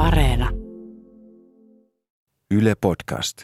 Areena. Yle Podcast.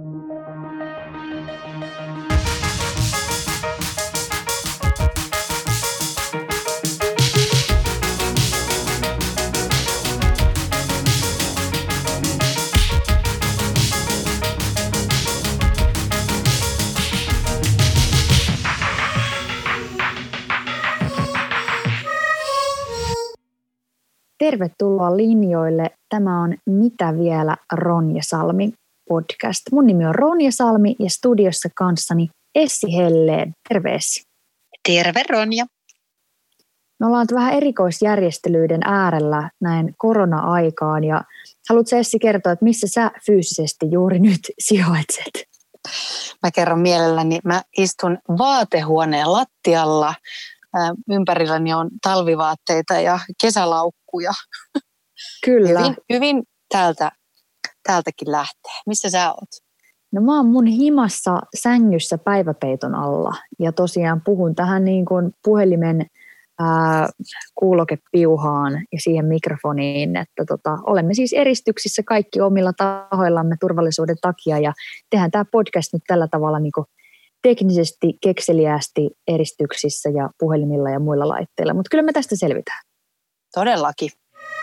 Tervetuloa linjoille. Tämä on Mitä vielä Ronja Salmi podcast. Mun nimi on Ronja Salmi ja studiossa kanssani Essi Helleen. Terve Essi. Terve Ronja. Me ollaan vähän erikoisjärjestelyiden äärellä näin korona-aikaan ja haluatko Essi kertoa, että missä sä fyysisesti juuri nyt sijaitset? Mä kerron mielelläni. Mä istun vaatehuoneen lattialla. Ympärilläni on talvivaatteita ja kesälaukkuja. Kyllä. Hyvin täältäkin lähtee. Missä sä oot? No mä oon mun himassa sängyssä päiväpeiton alla ja tosiaan puhun tähän niin kuin puhelimen kuulokepiuhaan ja siihen mikrofoniin, että olemme siis eristyksissä kaikki omilla tahoillamme turvallisuuden takia ja tehdään tämä podcast nyt tällä tavalla niin kuin teknisesti, kekseliäästi eristyksissä ja puhelimilla ja muilla laitteilla, mutta kyllä me tästä selvitään. Todellakin.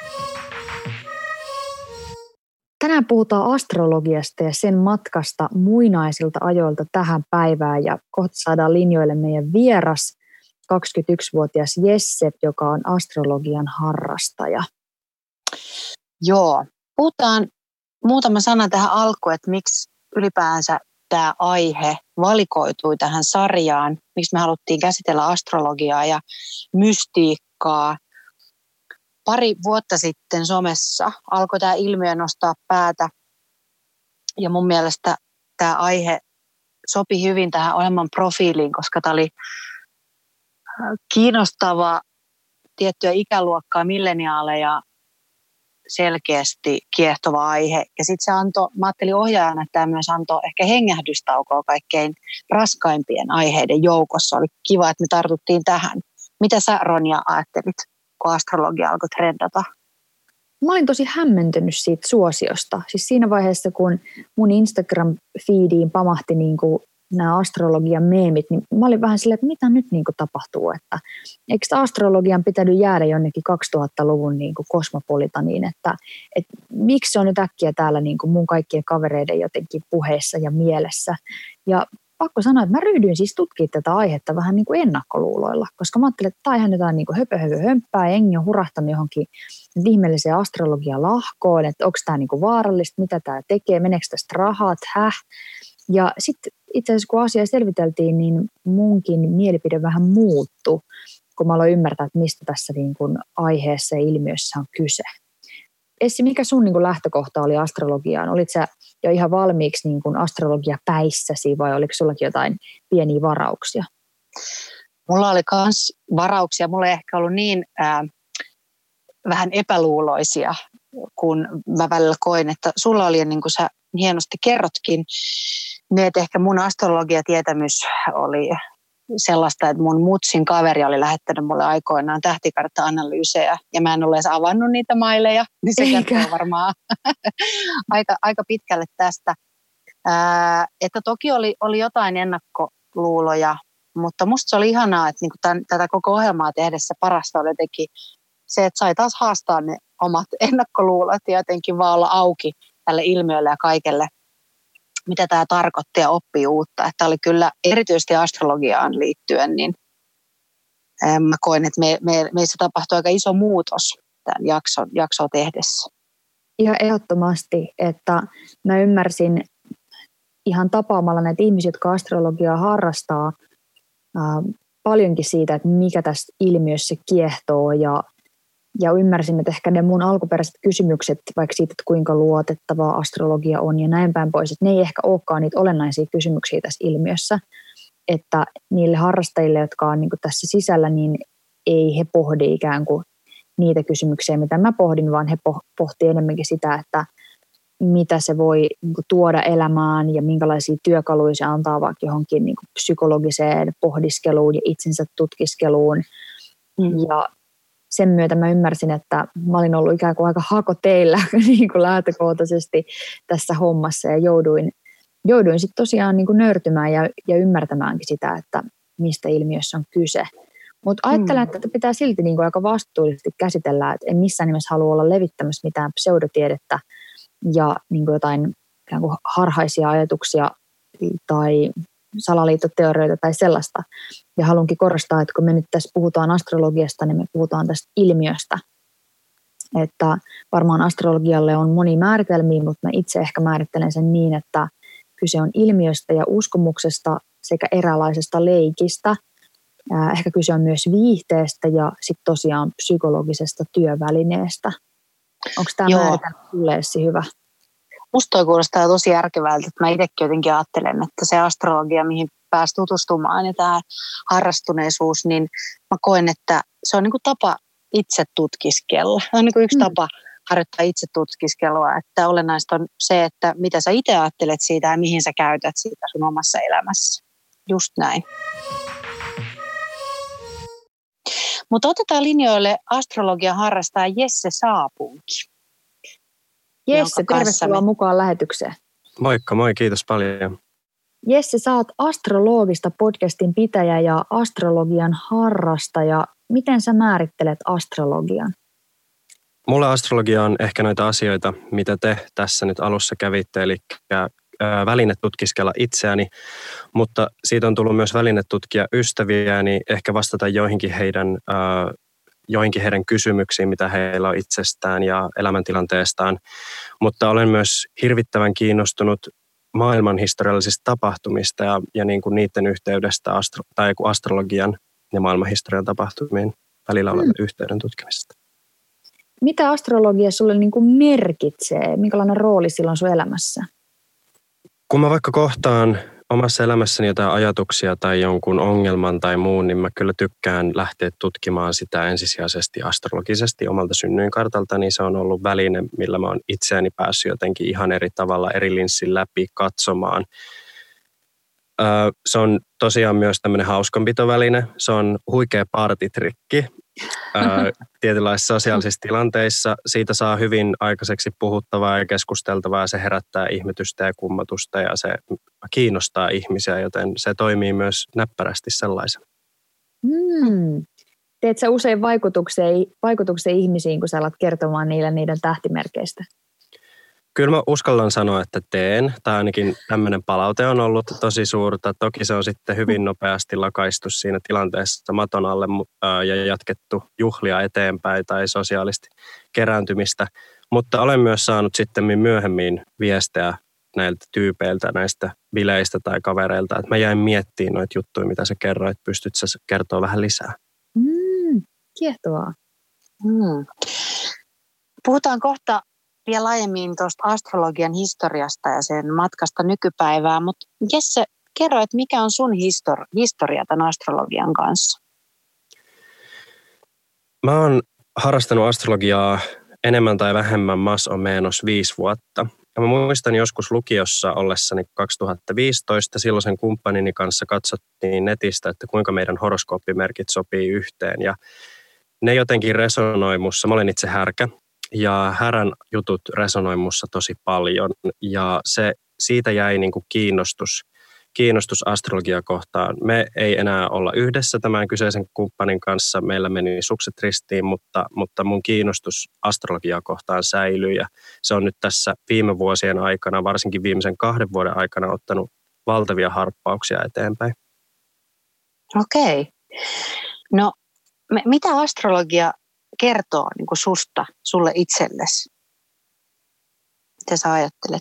Tänään puhutaan astrologiasta ja sen matkasta muinaisilta ajoilta tähän päivään ja kohta saadaan linjoille meidän vieras 21-vuotias Jesse, joka on astrologian harrastaja. Joo, puhutaan muutama sana tähän alkuun, että miksi ylipäänsä tämä aihe valikoitui tähän sarjaan, miksi me haluttiin käsitellä astrologiaa ja mystiikkaa. Pari vuotta sitten somessa alkoi tämä ilmiö nostaa päätä ja mun mielestä tämä aihe sopi hyvin tähän Ohjelman profiiliin, koska tämä oli kiinnostava tiettyä ikäluokkaa, milleniaaleja, selkeästi kiehtova aihe. Ja sitten se antoi, mä ajattelin ohjaajana, että tämä myös antoi ehkä hengähdystaukoa kaikkein raskaimpien aiheiden joukossa. Oli kiva, että me tartuttiin tähän. Mitä sä, Ronja, ajattelit, kun astrologia alkoi trendata? Mä olin tosi hämmentynyt siitä suosiosta. Siis siinä vaiheessa, kun mun Instagram-feediin pamahti niin kuin nämä astrologian meemit, niin mä olin vähän silleen, että mitä nyt niin kuin tapahtuu, että eikö astrologian pitänyt jäädä jonnekin 2000-luvun niin kuin kosmopolitaniin, että miksi se on nyt äkkiä täällä niin kuin mun kaikkien kavereiden jotenkin puheessa ja mielessä. Ja pakko sanoa, että mä ryhdyin siis tutkimaan tätä aihetta vähän niin kuin ennakkoluuloilla, koska mä ajattelin, että tämä on ihan jotain niin kuin hömpää, jengi on hurahtanut johonkin ihmeelliseen astrologian lahkoon, että onko tämä niin kuin vaarallista, mitä tämä tekee, meneekö tästä rahat, Ja sitten itse asiassa kun asiaa selviteltiin, niin munkin mielipide vähän muuttui, kun mä aloin ymmärtää, että mistä tässä niin kuin aiheessa ja ilmiössä on kyse. Essi, mikä sun niin kuin lähtökohta oli astrologiaan? Olit sä jo ihan valmiiksi niin kuin astrologia päissäsi vai oliko sullakin jotain pieniä varauksia? Mulla oli myös varauksia. Mulla ei ehkä ollut niin vähän epäluuloisia, kun mä välillä koin, että sulla oli, niin kuin sä hienosti kerrotkin, niin että ehkä mun astrologiatietämys oli sellaista, että mun mutsin kaveri oli lähettänyt mulle aikoinaan tähtikartta-analyysejä ja mä en ole edes avannut niitä maileja, niin se kertoo varmaan aika pitkälle tästä. Että toki oli jotain ennakkoluuloja, mutta musta se oli ihanaa, että niinku tätä koko ohjelmaa tehdessä parasta oli jotenkin se, että sai taas haastaa ne omat ennakkoluulot ja jotenkin vaan olla auki tälle ilmiölle ja kaikelle, mitä tämä tarkoitti ja oppii uutta. Että oli kyllä erityisesti astrologiaan liittyen, niin mä koen, että meissä tapahtui aika iso muutos tämän jaksoa tehdessä. Ihan ehdottomasti, että mä ymmärsin ihan tapaamalla näitä ihmisiä, jotka astrologiaa harrastaa, paljonkin siitä, että mikä tässä ilmiössä kiehtoo ja ymmärsin, että ehkä ne mun alkuperäiset kysymykset, vaikka siitä, että kuinka luotettavaa astrologia on ja näin päin pois, että ne ei ehkä olekaan niitä olennaisia kysymyksiä tässä ilmiössä, että niille harrastajille, jotka on niin kuin tässä sisällä, niin ei he pohdi ikään kuin niitä kysymyksiä, mitä mä pohdin, vaan he pohtii enemmänkin sitä, että mitä se voi niin kuin tuoda elämään ja minkälaisia työkaluja se antaa vaikka johonkin niin kuin psykologiseen pohdiskeluun ja itsensä tutkiskeluun. Ja sen myötä mä ymmärsin, että mä olin ollut ikään kuin aika hakoteillä niin kuin lähtökohtaisesti tässä hommassa ja jouduin sitten tosiaan niin kuin nöyrtymään ja ymmärtämäänkin sitä, että mistä ilmiössä on kyse. Mutta ajattelen, että tätä pitää silti niin kuin aika vastuullisesti käsitellä, että en missään nimessä halua olla levittämässä mitään pseudotiedettä ja niin kuin jotain ikään kuin harhaisia ajatuksia tai salaliittoteorioita tai sellaista. Ja haluankin korostaa, että kun me nyt tässä puhutaan astrologiasta, niin me puhutaan tästä ilmiöstä. Että varmaan astrologialle on monia määritelmiä, mutta mä itse ehkä määrittelen sen niin, että kyse on ilmiöstä ja uskomuksesta sekä eräänlaisesta leikistä. Ehkä kyse on myös viihteestä ja sitten tosiaan psykologisesta työvälineestä. Onko tämä määritelmä sulle hyvä? Musta toi kuulostaa tosi järkevältä, että mä itsekin jotenkin ajattelen, että se astrologia, mihin pääsi tutustumaan ja tämä harrastuneisuus, niin mä koen, että se on niinku tapa itse tutkiskella. Se on niinku yksi tapa harjoittaa itse tutkiskelua, että olennaista on se, että mitä sä itse ajattelet siitä ja mihin sä käytät siitä sun omassa elämässä. Just näin. Mutta otetaan linjoille astrologian harrastaja Jesse Saapunki. Jesse, tervetuloa mukaan lähetykseen. Moikka, moi, kiitos paljon. Jesse, sä oot Astrologista podcastin pitäjä ja astrologian harrastaja. Miten sä määrittelet astrologian? Mulle astrologia on ehkä noita asioita, mitä te tässä nyt alussa kävitte, eli väline tutkiskella itseäni, mutta siitä on tullut myös väline tutkia ystäviäni, ehkä vastata joihinkin heidän kysymyksiin, mitä heillä on itsestään ja elämäntilanteestaan. Mutta olen myös hirvittävän kiinnostunut maailmanhistoriallisista tapahtumista ja niin kuin niiden yhteydestä astrologian ja maailmanhistorian tapahtumien välillä olevan yhteyden tutkimisesta. Mitä astrologia sulle niin kuin merkitsee? Minkälainen rooli sillä on sun elämässä? Kun mä vaikka kohtaan omassa elämässäni jotain ajatuksia tai jonkun ongelman tai muun, niin mä kyllä tykkään lähteä tutkimaan sitä ensisijaisesti astrologisesti omalta synnyinkartalta, niin se on ollut väline, millä mä oon itseäni päässyt jotenkin ihan eri tavalla eri linssin läpi katsomaan. Se on tosiaan myös tämmöinen hauskanpitoväline. Se on huikea partitrikki tietynlaisissa sosiaalisissa tilanteissa. Siitä saa hyvin aikaiseksi puhuttavaa ja keskusteltavaa ja se herättää ihmetystä ja kummatusta ja se kiinnostaa ihmisiä, joten se toimii myös näppärästi sellaisena. Teet sä usein vaikutuksia ihmisiin, kun sä alat kertomaan niille niiden tähtimerkeistä? Kyllä mä uskallan sanoa, että teen, tai ainakin tämmöinen palaute on ollut tosi suurta. Toki se on sitten hyvin nopeasti lakaistu siinä tilanteessa maton alle ja jatkettu juhlia eteenpäin tai sosiaalisesti kerääntymistä. Mutta olen myös saanut sitten myöhemmin viestejä näiltä tyypeiltä, näistä bileistä tai kavereilta, että mä jäin miettimään noita juttuja, mitä sä kerroit. Pystyt sä kertoa vähän lisää? Kiehtovaa. Puhutaan kohta vielä laajemmin tuosta astrologian historiasta ja sen matkasta nykypäivään, mutta Jesse, kerro, että mikä on sun historia tämän astrologian kanssa? Mä oon harrastanut astrologiaa enemmän tai vähemmän mas o menos 5 vuotta. Ja mä muistan joskus lukiossa ollessani 2015 silloisen kumppanini kanssa katsottiin netistä, että kuinka meidän horoskooppimerkit sopii yhteen. Ja ne jotenkin resonoi mussa. Mä olen itse härkä. Ja härän jutut resonoi mussa tosi paljon ja siitä jäi niin kuin kiinnostus astrologiaa kohtaan. Me ei enää olla yhdessä tämän kyseisen kumppanin kanssa. Meillä meni sukset ristiin, mutta mun kiinnostus astrologiaa kohtaan säilyi ja se on nyt tässä viime vuosien aikana, varsinkin viimeisen 2 vuoden aikana ottanut valtavia harppauksia eteenpäin. Okei. No mitä astrologia kertoo niin kuin sulle itsellesi? Mitä sä ajattelet?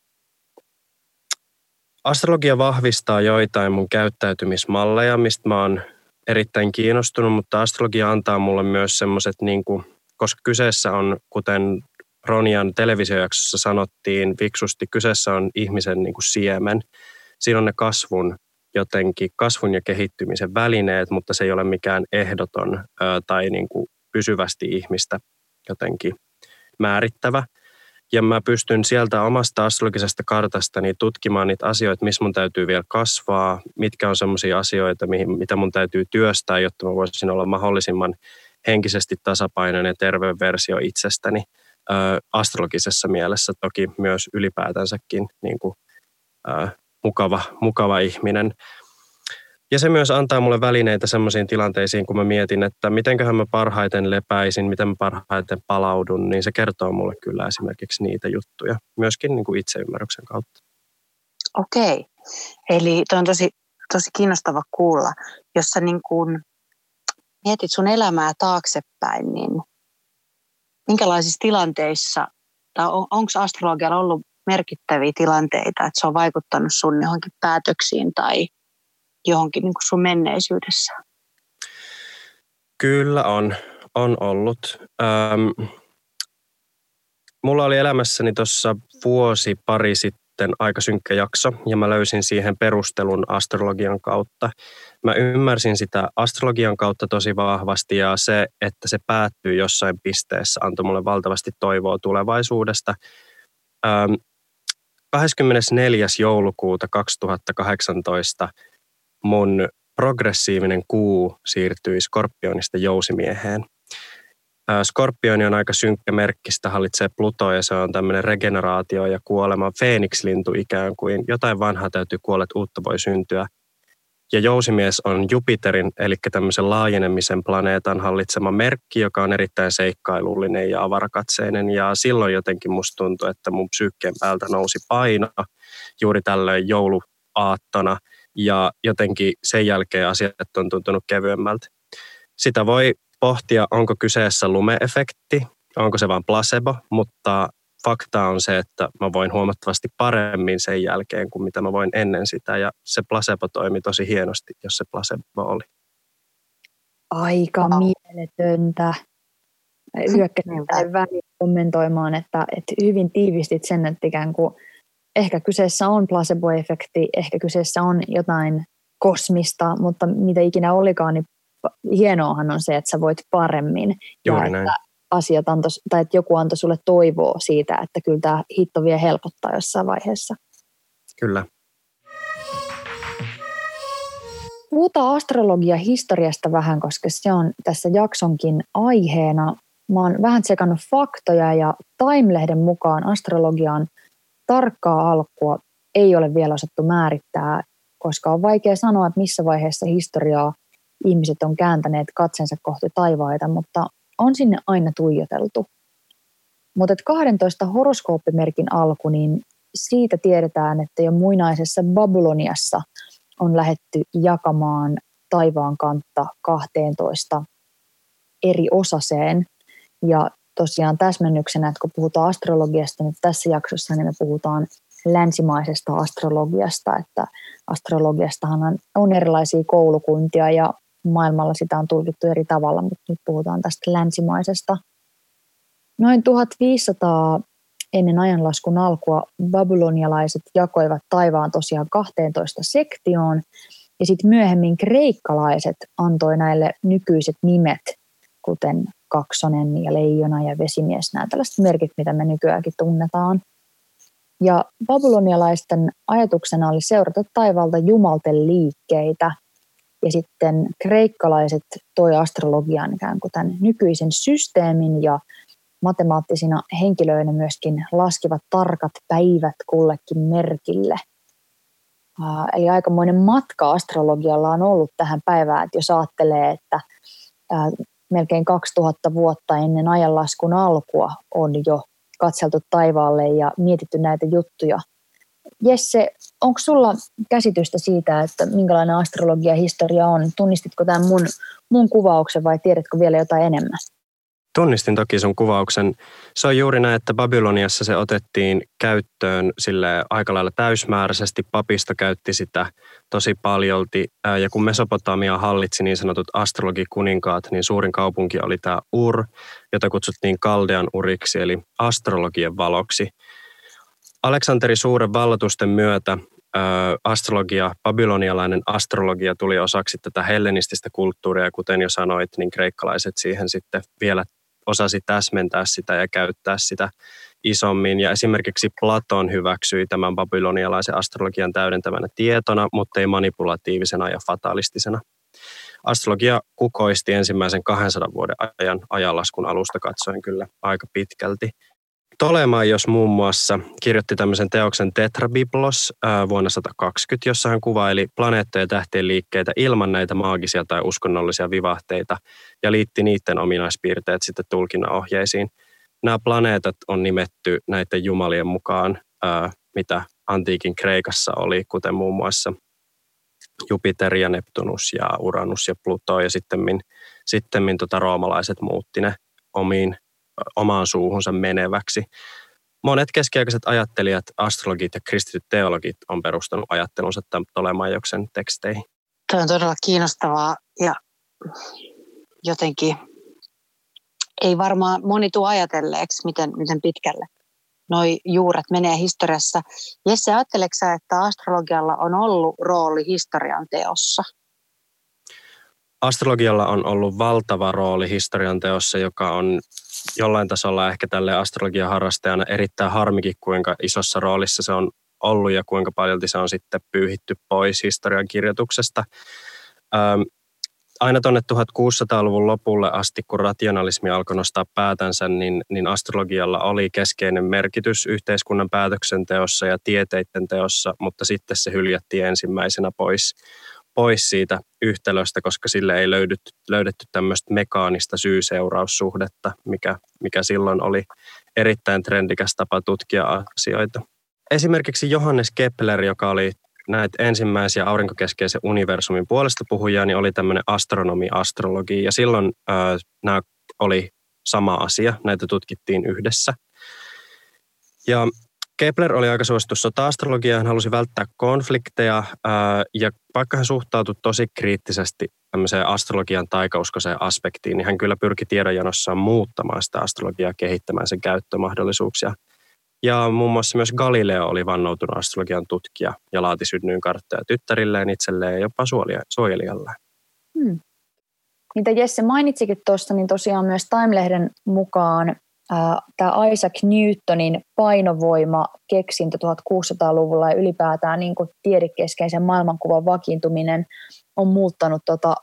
Astrologia vahvistaa joitain mun käyttäytymismalleja, mistä mä oon erittäin kiinnostunut, mutta astrologia antaa mulle myös semmoiset, koska kyseessä on, kuten Ronian televisiojaksossa sanottiin fiksusti, kyseessä on ihmisen siemen. Siinä on ne kasvun ja kehittymisen välineet, mutta se ei ole mikään ehdoton tai pysyvästi ihmistä jotenkin määrittävä. Ja mä pystyn sieltä omasta astrologisesta kartastani tutkimaan niitä asioita, missä mun täytyy vielä kasvaa, mitkä on semmoisia asioita, mitä mun täytyy työstää, jotta mä voisin olla mahdollisimman henkisesti tasapainoinen ja terve versio itsestäni astrologisessa mielessä, toki myös ylipäätänsäkin niin kuin, mukava ihminen. Ja se myös antaa mulle välineitä semmoisiin tilanteisiin, kun mä mietin, että mitenköhän mä parhaiten lepäisin, miten mä parhaiten palaudun, niin se kertoo mulle kyllä esimerkiksi niitä juttuja, myöskin niin kuin itseymmärryksen kautta. Okei, eli toi on tosi kiinnostava kuulla. Jos sä niin kuin mietit sun elämää taaksepäin, niin minkälaisissa tilanteissa, tai onko astrologialla ollut merkittäviä tilanteita, että se on vaikuttanut sun johonkin päätöksiin tai johonkin niin kuin sun menneisyydessä? Kyllä on ollut. Mulla oli elämässäni tuossa vuosi pari sitten aika synkkä jakso ja mä löysin siihen perustelun astrologian kautta. Mä ymmärsin sitä astrologian kautta tosi vahvasti ja se, että se päättyy jossain pisteessä, antoi mulle valtavasti toivoa tulevaisuudesta. 24. joulukuuta 2018 mun progressiivinen kuu siirtyi Skorpionista Jousimieheen. Skorpioni on aika synkkä merkki, sitä hallitsee Pluto ja se on tämmöinen regeneraatio ja kuolema, Feenikslintu ikään kuin. Jotain vanhaa täytyy kuolla, että uutta voi syntyä. Ja Jousimies on Jupiterin, eli tämmöisen laajenemisen planeetan hallitsema merkki, joka on erittäin seikkailullinen ja avarakatseinen. Ja silloin jotenkin musta tuntui, että mun psyykkeen päältä nousi paino juuri tällöin jouluaattona. Ja jotenkin sen jälkeen asiat on tuntunut kevyemmältä. Sitä voi pohtia, onko kyseessä lume-efekti, onko se vain placebo, mutta fakta on se, että mä voin huomattavasti paremmin sen jälkeen kuin mitä mä voin ennen sitä. Ja se placebo toimi tosi hienosti, jos se placebo oli. Aika mieletöntä. Hyökkäsin tai väliin kommentoimaan, että hyvin tiivistit sen, että ikään kuin ehkä kyseessä on placebo-efekti, ehkä kyseessä on jotain kosmista, mutta mitä ikinä olikaan, niin hienoahan on se, että sä voit paremmin. Juuri ja näin. että asiat tai että joku antoi sulle toivoa siitä, että kyllä tämä hitto vielä helpottaa jossain vaiheessa. Kyllä. Puhutaan astrologia-historiasta vähän, koska se on tässä jaksonkin aiheena. Mä oon vähän tsekannut faktoja ja Time-lehden mukaan astrologian tarkkaa alkua ei ole vielä osattu määrittää, koska on vaikea sanoa, että missä vaiheessa historiaa ihmiset on kääntäneet katsensa kohti taivaita, mutta on sinne aina tuijoteltu. Mutta 12 horoskooppimerkin alku, niin siitä tiedetään, että jo muinaisessa Babyloniassa on lähdetty jakamaan taivaan kantta 12 eri osaseen. Ja tosiaan täsmennyksenä, että kun puhutaan astrologiasta nyt tässä jaksossa, niin me puhutaan länsimaisesta astrologiasta, että astrologiastahan on erilaisia koulukuntia ja maailmalla sitä on tulkittu eri tavalla, mutta nyt puhutaan tästä länsimaisesta. Noin 1500 ennen ajanlaskun alkua babylonialaiset jakoivat taivaan tosiaan 12 sektioon ja sitten myöhemmin kreikkalaiset antoi näille nykyiset nimet, kuten kaksonen ja leijona ja vesimies, nämä tällaiset merkit, mitä me nykyäänkin tunnetaan. Ja babylonialaisten ajatuksena oli seurata taivaalta jumalten liikkeitä. Ja sitten kreikkalaiset toi astrologian ikään kuin tämän nykyisen systeemin ja matemaattisina henkilöinä myöskin laskivat tarkat päivät kullekin merkille. Eli aikamoinen matka astrologialla on ollut tähän päivään, että jos ajattelee, että melkein 2000 vuotta ennen ajanlaskun alkua on jo katseltu taivaalle ja mietitty näitä juttuja. Jesse, onko sulla käsitystä siitä, että minkälainen astrologia-historia on? Tunnistitko tämän mun kuvauksen vai tiedätkö vielä jotain enemmän? Tunnistin toki sun kuvauksen. Se on juuri näin, että Babyloniassa se otettiin käyttöön sille aika lailla täysmääräisesti. Papisto käytti sitä tosi paljolti. Ja kun Mesopotamia hallitsi niin sanotut astrologikuninkaat, niin suurin kaupunki oli tämä Ur, jota kutsuttiin Kaldean Uriksi, eli astrologien valoksi. Aleksanteri Suuren vallatusten myötä babylonialainen astrologia tuli osaksi tätä hellenististä kulttuuria, ja kuten jo sanoit, niin kreikkalaiset siihen sitten vielä osasi täsmentää sitä ja käyttää sitä isommin. Ja esimerkiksi Platon hyväksyi tämän babylonialaisen astrologian täydentävänä tietona, mutta ei manipulatiivisena ja fatalistisena. Astrologia kukoisti ensimmäisen 200 vuoden ajan ajanlaskun alusta katsoen kyllä aika pitkälti. Ptolemaios muun muassa kirjoitti tämmöisen teoksen Tetrabiblos vuonna 120, jossa hän kuvaili planeettojen ja tähtien liikkeitä ilman näitä maagisia tai uskonnollisia vivahteita ja liitti niiden ominaispiirteet sitten tulkinnanohjeisiin. Nämä planeetat on nimetty näiden jumalien mukaan, mitä antiikin Kreikassa oli, kuten muun muassa Jupiter ja Neptunus ja Uranus ja Pluto ja sittemmin roomalaiset muutti ne omaan suuhunsa meneväksi. Monet keskiaikaiset ajattelijat, astrologit ja kristityt teologit on perustanut ajattelunsa tämän Ptolemaioksen teksteihin. Tämä on todella kiinnostavaa ja jotenkin ei varmaan moni tule ajatelleeksi, miten pitkälle noi juuret menee historiassa. Jesse, ajatteleksä sä, että astrologialla on ollut rooli historian teossa? Astrologialla on ollut valtava rooli historian teossa, joka on jollain tasolla ehkä tälle astrologian harrastajana erittäin harmikin, kuinka isossa roolissa se on ollut ja kuinka paljolti se on sitten pyyhitty pois historian kirjoituksesta. Aina tuonne 1600-luvun lopulle asti, kun rationalismi alkoi nostaa päätänsä, niin astrologialla oli keskeinen merkitys yhteiskunnan päätöksenteossa ja tieteiden teossa, mutta sitten se hyljättiin ensimmäisenä pois siitä yhtälöstä, koska sille ei löydetty tämmöistä mekaanista syy-seuraussuhdetta, mikä silloin oli erittäin trendikäs tapa tutkia asioita. Esimerkiksi Johannes Kepler, joka oli näitä ensimmäisiä aurinkokeskeisen universumin puolesta puhujia, niin oli tämmöinen astronomi-astrologi, ja silloin nämä oli sama asia, näitä tutkittiin yhdessä. Ja Kepler oli aika suosittu sota-astrologia, hän halusi välttää konflikteja, ja vaikka hän suhtautui tosi kriittisesti tämmöiseen astrologian taikauskoiseen aspektiin, niin hän kyllä pyrki tiedonjanossaan muuttamaan sitä astrologiaa, kehittämään sen käyttömahdollisuuksia. Ja muun muassa myös Galileo oli vannoutunut astrologian tutkija ja laati synnyinkarttoja tyttärilleen, itselleen ja jopa suojelijalleen. Mitä Jesse mainitsikin tuossa, niin tosiaan myös Time-lehden mukaan tämä Isaac Newtonin painovoima-keksintö 1600-luvulla ja ylipäätään niin kuin tiedekeskeisen maailmankuvan vakiintuminen on muuttanut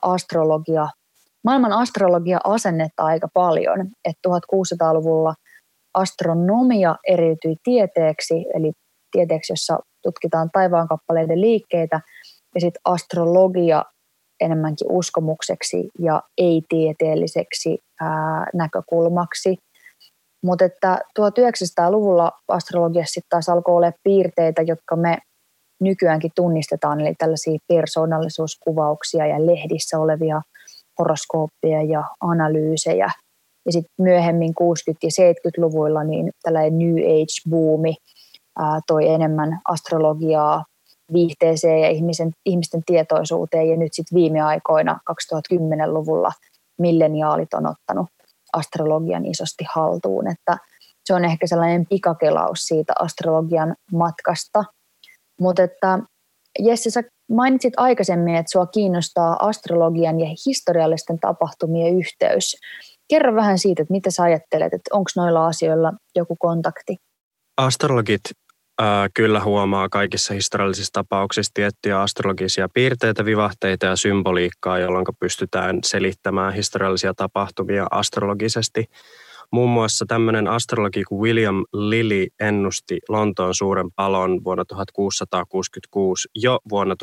maailman astrologia-asennetta aika paljon. Et 1600-luvulla astronomia eriytyi tieteeksi, eli tieteeksi, jossa tutkitaan taivaankappaleiden liikkeitä, ja sitten astrologia enemmänkin uskomukseksi ja ei-tieteelliseksi näkökulmaksi. Mutta että 1900-luvulla astrologiassa sitten taas alkoi olla piirteitä, jotka me nykyäänkin tunnistetaan, eli tällaisia persoonallisuuskuvauksia ja lehdissä olevia horoskooppeja ja analyysejä. Ja sitten myöhemmin 60- ja 70-luvuilla niin tällainen New Age-buumi toi enemmän astrologiaa viihteeseen ja ihmisten tietoisuuteen. Ja nyt sitten viime aikoina 2010-luvulla milleniaalit on ottanut astrologian isosti haltuun. Että se on ehkä sellainen pikakelaus siitä astrologian matkasta. Mutta että Jesse, sä mainitsit aikaisemmin, että sua kiinnostaa astrologian ja historiallisten tapahtumien yhteys. Kerro vähän siitä, että mitä sä ajattelet, että onko noilla asioilla joku kontakti? Astrologit kyllä huomaa kaikissa historiallisissa tapauksissa tiettyjä astrologisia piirteitä, vivahteita ja symboliikkaa, jolloin pystytään selittämään historiallisia tapahtumia astrologisesti. Muun muassa tämmöinen astrologi kuin William Lilly ennusti Lontoon suuren palon vuonna 1666 jo vuonna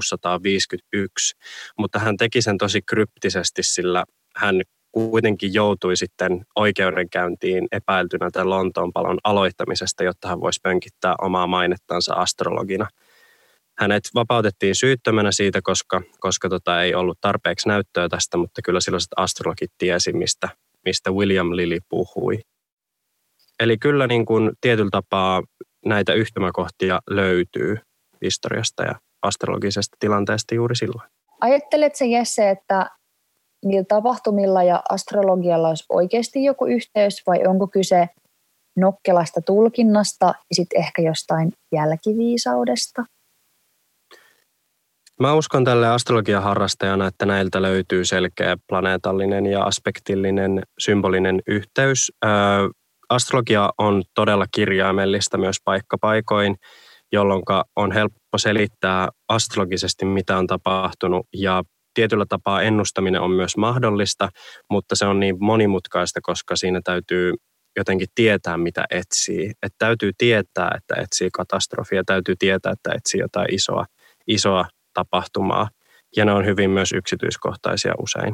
1651, mutta hän teki sen tosi kryptisesti, sillä hän kuitenkin joutui sitten oikeudenkäyntiin epäiltynä tämän Lontoon palon aloittamisesta, jotta hän voisi pönkittää omaa mainettansa astrologina. Hänet vapautettiin syyttömänä siitä, koska ei ollut tarpeeksi näyttöä tästä, mutta kyllä silloiset astrologit tiesi, mistä William Lilly puhui. Eli kyllä niin kuin tietyllä tapaa näitä yhtymäkohtia löytyy historiasta ja astrologisesta tilanteesta juuri silloin. Ajatteletko Jesse, että niillä tapahtumilla ja astrologialla olisi oikeasti joku yhteys vai onko kyse nokkelasta tulkinnasta ja sitten ehkä jostain jälkiviisaudesta? Mä uskon tälle astrologian harrastajana, että näiltä löytyy selkeä planeetallinen ja aspektillinen symbolinen yhteys. Astrologia on todella kirjaimellista myös paikkapaikoin, jolloin on helppo selittää astrologisesti, mitä on tapahtunut ja tietyllä tapaa ennustaminen on myös mahdollista, mutta se on niin monimutkaista, koska siinä täytyy jotenkin tietää, mitä etsii. Että täytyy tietää, että etsii katastrofia, täytyy tietää, että etsii jotain isoa tapahtumaa. Ja ne on hyvin myös yksityiskohtaisia usein.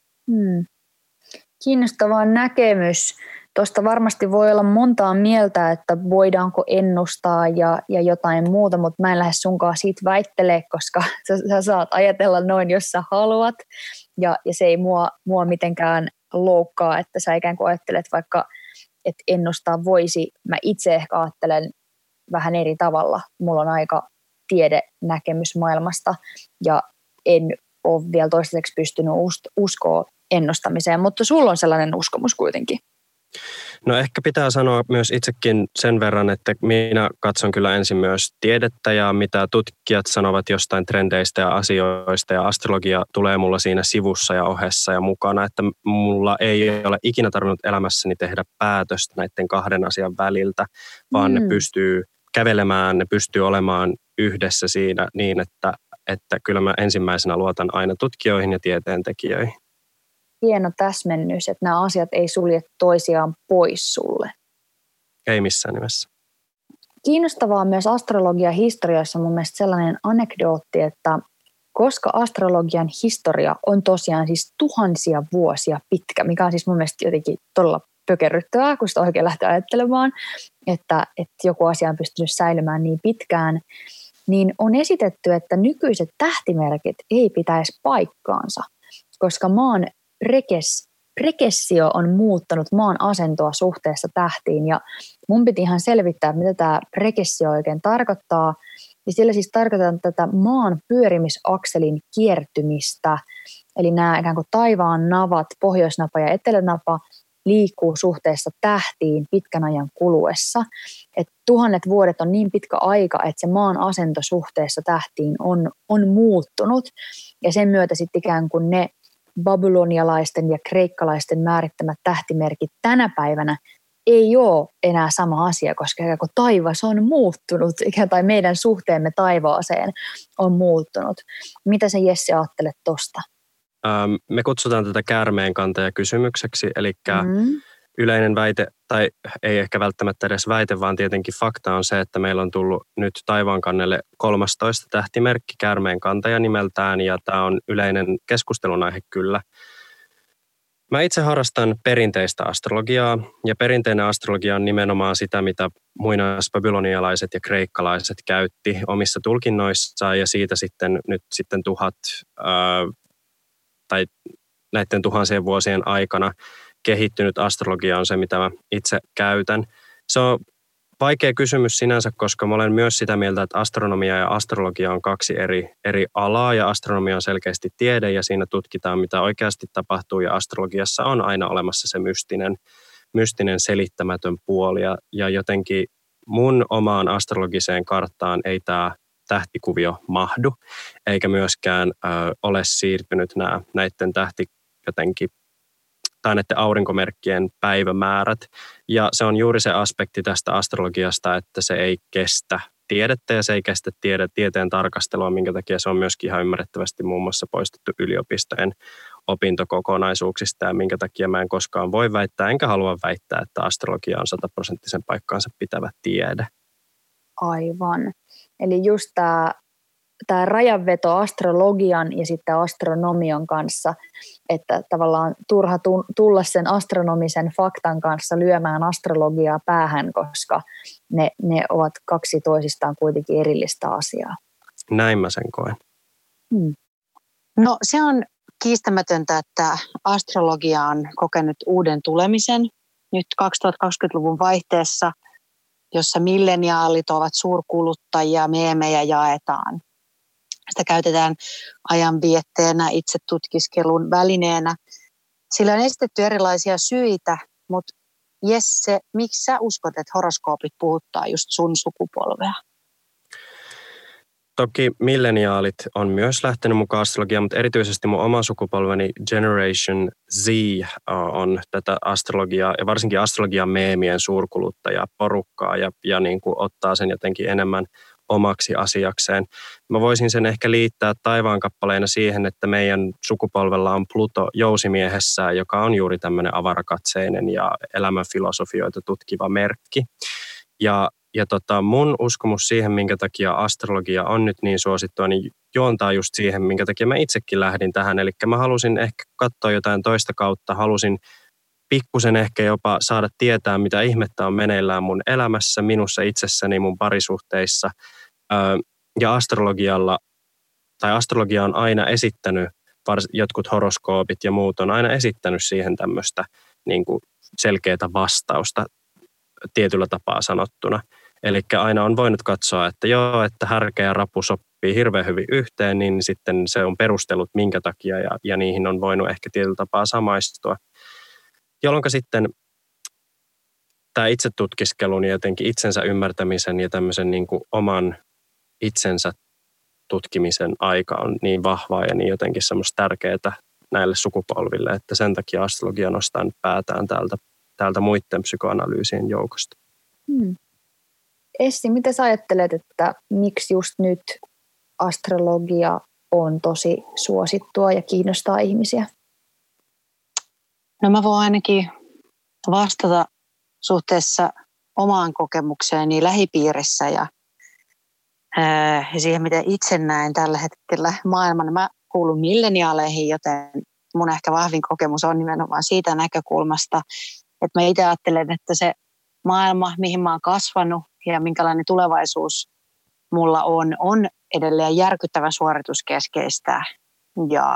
Kiinnostava näkemys. Tuosta varmasti voi olla montaa mieltä, että voidaanko ennustaa ja jotain muuta, mutta mä en lähde sunkaan siitä väittelee, koska sä saat ajatella noin, jos sä haluat. Ja se ei mua mitenkään loukkaa, että sä ikään kuin ajattelet vaikka, että ennustaa voisi. Mä itse ehkä ajattelen vähän eri tavalla. Mulla on aika tiedenäkemys maailmasta ja en ole vielä toistaiseksi pystynyt uskoa ennustamiseen, mutta sulla on sellainen uskomus kuitenkin. No ehkä pitää sanoa myös itsekin sen verran, että minä katson kyllä ensin myös tiedettä ja mitä tutkijat sanovat jostain trendeistä ja asioista ja astrologia tulee mulla siinä sivussa ja ohessa ja mukana, että mulla ei ole ikinä tarvinnut elämässäni tehdä päätöstä näiden kahden asian väliltä, vaan ne pystyy kävelemään, ne pystyy olemaan yhdessä siinä niin, että kyllä mä ensimmäisenä luotan aina tutkijoihin ja tieteentekijöihin. Hieno täsmennys, että nämä asiat ei sulje toisiaan pois sulle. Ei missään nimessä. Kiinnostavaa myös astrologian historiassa on mun mielestä sellainen anekdootti, että koska astrologian historia on tosiaan siis tuhansia vuosia pitkä, mikä on siis mun mielestä jotenkin todella pökerryttävää, kun sitä oikein lähtee ajattelemaan, että joku asia on pystynyt säilymään niin pitkään, niin on esitetty, että nykyiset tähtimerkit ei pitäisi paikkaansa, koska maan rekessio on muuttanut maan asentoa suhteessa tähtiin ja mun piti ihan selvittää, mitä tämä rekessio oikein tarkoittaa. Ja sillä siis tarkoitetaan tätä maan pyörimisakselin kiertymistä, eli nämä ikään kuin taivaan navat, pohjoisnapa ja etelänapa liikkuu suhteessa tähtiin pitkän ajan kuluessa. Et 1000 vuodet on niin pitkä aika, että se maan asento suhteessa tähtiin on muuttunut ja sen myötä sitten ikään kuin ne babylonialaisten ja kreikkalaisten määrittämät tähtimerkit tänä päivänä ei ole enää sama asia, koska taivas on muuttunut, tai meidän suhteemme taivaaseen on muuttunut. Mitä sä Jesse ajattelet tosta? Me kutsutaan tätä käärmeenkantajakysymykseksi, eli yleinen väite, tai ei ehkä välttämättä edes väite, vaan tietenkin fakta on se, että meillä on tullut nyt taivaankannelle 13 tähtimerkki käärmeenkantaja nimeltään, ja tämä on yleinen keskustelun aihe kyllä. Mä itse harrastan perinteistä astrologiaa, ja perinteinen astrologia on nimenomaan sitä, mitä muinaisbabylonialaiset ja kreikkalaiset käytti omissa tulkinnoissaan, ja siitä sitten nyt sitten tai näiden tuhansien vuosien aikana kehittynyt astrologia on se, mitä mä itse käytän. Se on vaikea kysymys sinänsä, koska mä olen myös sitä mieltä, että astronomia ja astrologia on kaksi eri alaa, ja astronomia on selkeästi tiede, ja siinä tutkitaan, mitä oikeasti tapahtuu, ja astrologiassa on aina olemassa se mystinen selittämätön puoli, ja jotenkin mun omaan astrologiseen karttaan ei tämä tähtikuvio mahdu, eikä myöskään ole siirtynyt näiden näiden aurinkomerkkien päivämäärät. Ja se on juuri se aspekti tästä astrologiasta, että se ei kestä tiedettä ja se ei kestä tieteen tarkastelua, minkä takia se on myöskin ihan ymmärrettävästi muun muassa poistettu yliopistojen opintokokonaisuuksista ja minkä takia mä en koskaan voi väittää, enkä halua väittää, että astrologia on 100% paikkaansa pitävä tiede. Aivan. Eli just tämä rajanveto astrologian ja sitten astronomian kanssa, että tavallaan turha tulla sen astronomisen faktan kanssa lyömään astrologiaa päähän, koska ne ovat kaksi toisistaan kuitenkin erillistä asiaa. Näin mä sen koen. No se on kiistämätöntä, että astrologia on kokenut uuden tulemisen nyt 2020-luvun vaihteessa, jossa milleniaalit ovat suurkuluttajia, meemejä jaetaan. Sitä käytetään ajanvietteenä, itse tutkiskelun välineenä. Sillä on esitetty erilaisia syitä, mutta Jesse, miksi sä uskot, että horoskoopit puhuttaa just sun sukupolvea? Toki milleniaalit on myös lähtenyt mukaan astrologiaan, mutta erityisesti mun oma sukupolveni Generation Z on tätä astrologiaa ja varsinkin astrologian meemien suurkuluttajaporukkaa ja niin kuin ottaa sen jotenkin enemmän omaksi asiakseen. Mä voisin sen ehkä liittää taivaankappaleena siihen, että meidän sukupolvella on Pluto jousimiehessä, joka on juuri tämmöinen avarakatseinen ja elämänfilosofioita tutkiva merkki. Ja mun uskomus siihen, minkä takia astrologia on nyt niin suosittua, niin juontaa just siihen, minkä takia mä itsekin lähdin tähän. Eli mä halusin ehkä katsoa jotain toista kautta, halusin pikkusen ehkä jopa saada tietää, mitä ihmettä on meneillään mun elämässä, minussa itsessäni, mun parisuhteissa. Ja astrologia on aina esittänyt, jotkut horoskoopit ja muut on aina esittänyt siihen tämmöistä niin kuin selkeää vastausta tietyllä tapaa sanottuna. Eli aina on voinut katsoa, että joo, että härkä ja rapu sopii hirveän hyvin yhteen, niin sitten se on perustellut minkä takia ja niihin on voinut ehkä tietyllä tapaa samaistua. Jolloin sitten tämä itsetutkiskelun ja jotenkin itsensä ymmärtämisen ja tämmöisen niin kuin oman itsensä tutkimisen aika on niin vahvaa ja niin jotenkin semmoista tärkeää näille sukupolville, että sen takia astrologia nostaa nyt päätään täältä muiden psykoanalyysien joukosta. Essi, mitä sä ajattelet, että miksi just nyt astrologia on tosi suosittua ja kiinnostaa ihmisiä? No mä voin ainakin vastata suhteessa omaan kokemukseeni lähipiirissä ja siihen, miten itse näen tällä hetkellä maailman. Mä kuulun milleniaaleihin, joten mun ehkä vahvin kokemus on nimenomaan siitä näkökulmasta, että mä itse ajattelen, että se maailma, mihin mä oon kasvanut ja minkälainen tulevaisuus mulla on edelleen järkyttävän suorituskeskeistä ja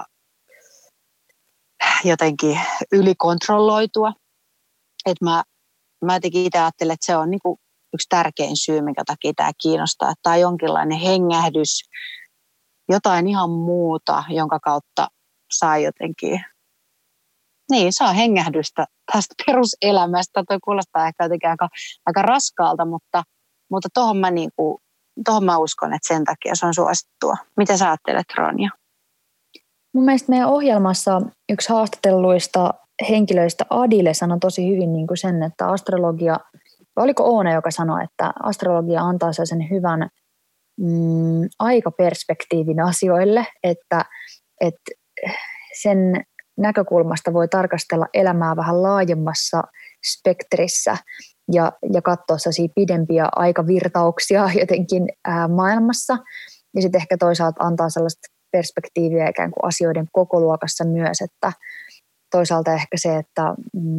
jotenkin ylikontrolloitua. Että mä jotenkin itse ajattelen, että se on niinku yksi tärkein syy, minkä takia tämä kiinnostaa. Että tämä on jonkinlainen hengähdys, jotain ihan muuta, jonka kautta saa jotenkin, saa hengähdystä tästä peruselämästä. Tuo kuulostaa ehkä jotenkin aika raskaalta, mutta tohon mä uskon, että sen takia se on suosittua. Mitä sä ajattelet, Ronja? Mun mielestä meidän ohjelmassa yksi haastatelluista henkilöistä Adile sanoi tosi hyvin niin kuin sen, että astrologia, oliko Oona, joka sanoi, että astrologia antaa sen hyvän aikaperspektiivin asioille, että sen näkökulmasta voi tarkastella elämää vähän laajemmassa spektrissä ja katsoa sellaisia pidempiä aikavirtauksia jotenkin maailmassa. Ja sitten ehkä toisaalta antaa sellaista perspektiiviä ikään kuin asioiden kokoluokassa myös, että toisaalta ehkä se, että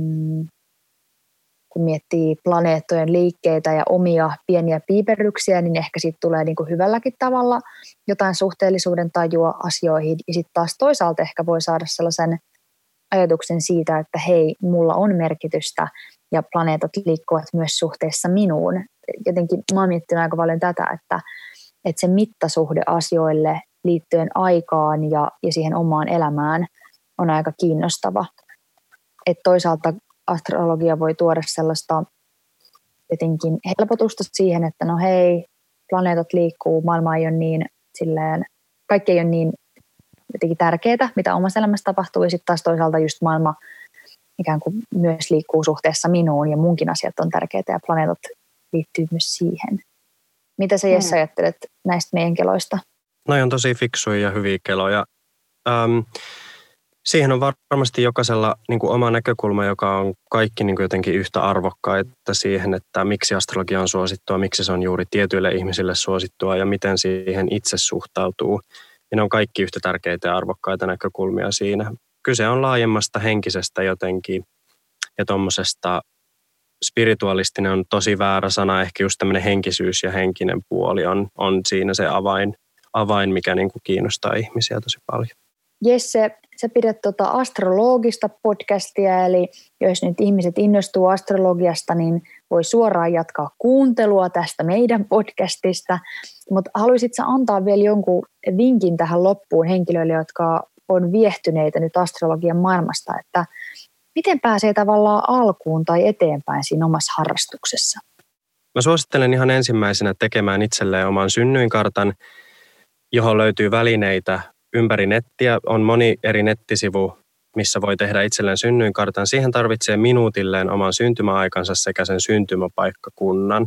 kun miettii planeettojen liikkeitä ja omia pieniä piiperryksiä, niin ehkä siitä tulee niin kuin hyvälläkin tavalla jotain suhteellisuuden tajua asioihin. Ja sitten taas toisaalta ehkä voi saada sellaisen ajatuksen siitä, että hei, mulla on merkitystä ja planeetat liikkuvat myös suhteessa minuun. Jotenkin mä oon miettinyt aika paljon tätä, että se mittasuhde asioille liittyen aikaan ja siihen omaan elämään on aika kiinnostava. Et toisaalta astrologia voi tuoda sellaista jotenkin helpotusta siihen, että no hei, planeetat liikkuu, maailma ei ole niin silleen, kaikki ei ole niin jotenkin tärkeää, mitä omassa elämässä tapahtuu, ja sitten taas toisaalta just maailma ikään kuin myös liikkuu suhteessa minuun, ja munkin asiat on tärkeitä, ja planeetat liittyy myös siihen. Mitä sä Jesse ajattelet näistä meidän keloista? Noi on tosi fiksuja ja hyviä keloja. Siihen on varmasti jokaisella niin kuin oma näkökulma, joka on kaikki niin kuin jotenkin yhtä arvokkaita siihen, että miksi astrologia on suosittua, miksi se on juuri tietyille ihmisille suosittua ja miten siihen itse suhtautuu. Ja ne on kaikki yhtä tärkeitä ja arvokkaita näkökulmia siinä. Kyse on laajemmasta henkisestä jotenkin ja tuommoisesta spiritualistinen on tosi väärä sana. Ehkä just tämmöinen henkisyys ja henkinen puoli on siinä se avain mikä niin kuin kiinnostaa ihmisiä tosi paljon. Jesse, sä pidät astrologista podcastia, eli jos nyt ihmiset innostuu astrologiasta, niin voi suoraan jatkaa kuuntelua tästä meidän podcastista. Mutta haluaisit sä antaa vielä jonkun vinkin tähän loppuun henkilöille, jotka on viehtyneitä nyt astrologian maailmasta, että miten pääsee tavallaan alkuun tai eteenpäin siinä omassa harrastuksessa? Mä suosittelen ihan ensimmäisenä tekemään itselleen oman synnyinkartan, johon löytyy välineitä ympäri nettiä. On moni eri nettisivu, missä voi tehdä itselleen synnyinkartan. Siihen tarvitsee minuutilleen oman syntymäaikansa sekä sen syntymäpaikkakunnan.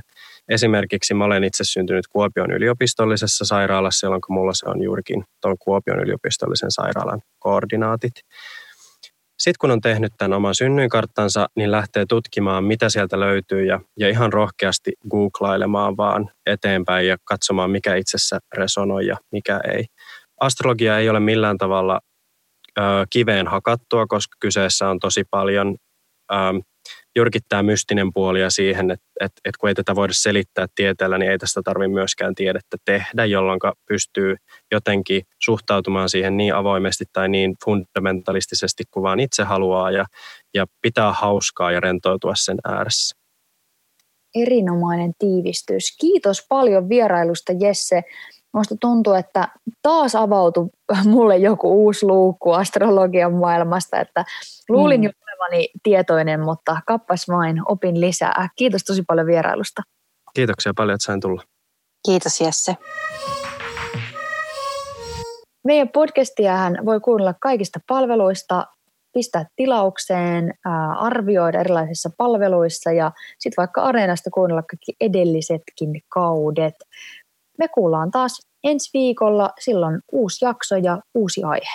Esimerkiksi mä olen itse syntynyt Kuopion yliopistollisessa sairaalassa, jolloin mulla se on juurikin tuon Kuopion yliopistollisen sairaalan koordinaatit. Sitten kun on tehnyt tämän oman synnyinkarttansa, niin lähtee tutkimaan, mitä sieltä löytyy ja ihan rohkeasti googlailemaan vaan eteenpäin ja katsomaan, mikä itsessä resonoi ja mikä ei. Astrologia ei ole millään tavalla kiveen hakattua, koska kyseessä on tosi paljon juurikin tämä mystinen puoli ja siihen, että kun ei tätä voida selittää tieteellä, niin ei tästä tarvitse myöskään tiedettä tehdä, jolloin pystyy jotenkin suhtautumaan siihen niin avoimesti tai niin fundamentalistisesti kuin vaan itse haluaa ja pitää hauskaa ja rentoutua sen ääressä. Erinomainen tiivistys. Kiitos paljon vierailusta, Jesse. Minusta tuntuu, että taas avautui mulle joku uusi luukku astrologian maailmasta, että luulin jo olevani tietoinen, mutta kappas vain, opin lisää. Kiitos tosi paljon vierailusta. Kiitoksia paljon, että sain tulla. Kiitos, Jesse. Meidän podcastiahan voi kuunnella kaikista palveluista, pistää tilaukseen, arvioida erilaisissa palveluissa ja sitten vaikka Areenasta kuunnella kaikki edellisetkin kaudet. Me kuullaan taas ensi viikolla, silloin uusi jakso ja uusi aihe.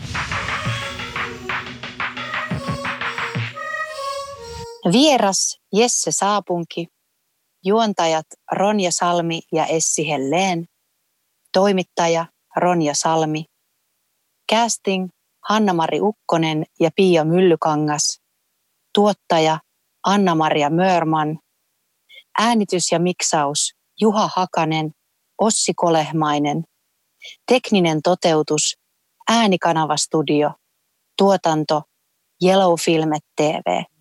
Vieras Jesse Saapunki, juontajat Ronja Salmi ja Essi Helleen, toimittaja Ronja Salmi, casting Hanna-Mari Ukkonen ja Pia Myllykangas, tuottaja Anna-Maria Mörman, äänitys ja miksaus Juha Hakanen, Ossi Kolehmainen, tekninen toteutus Äänikanava Studio, tuotanto Yellow Filmet TV.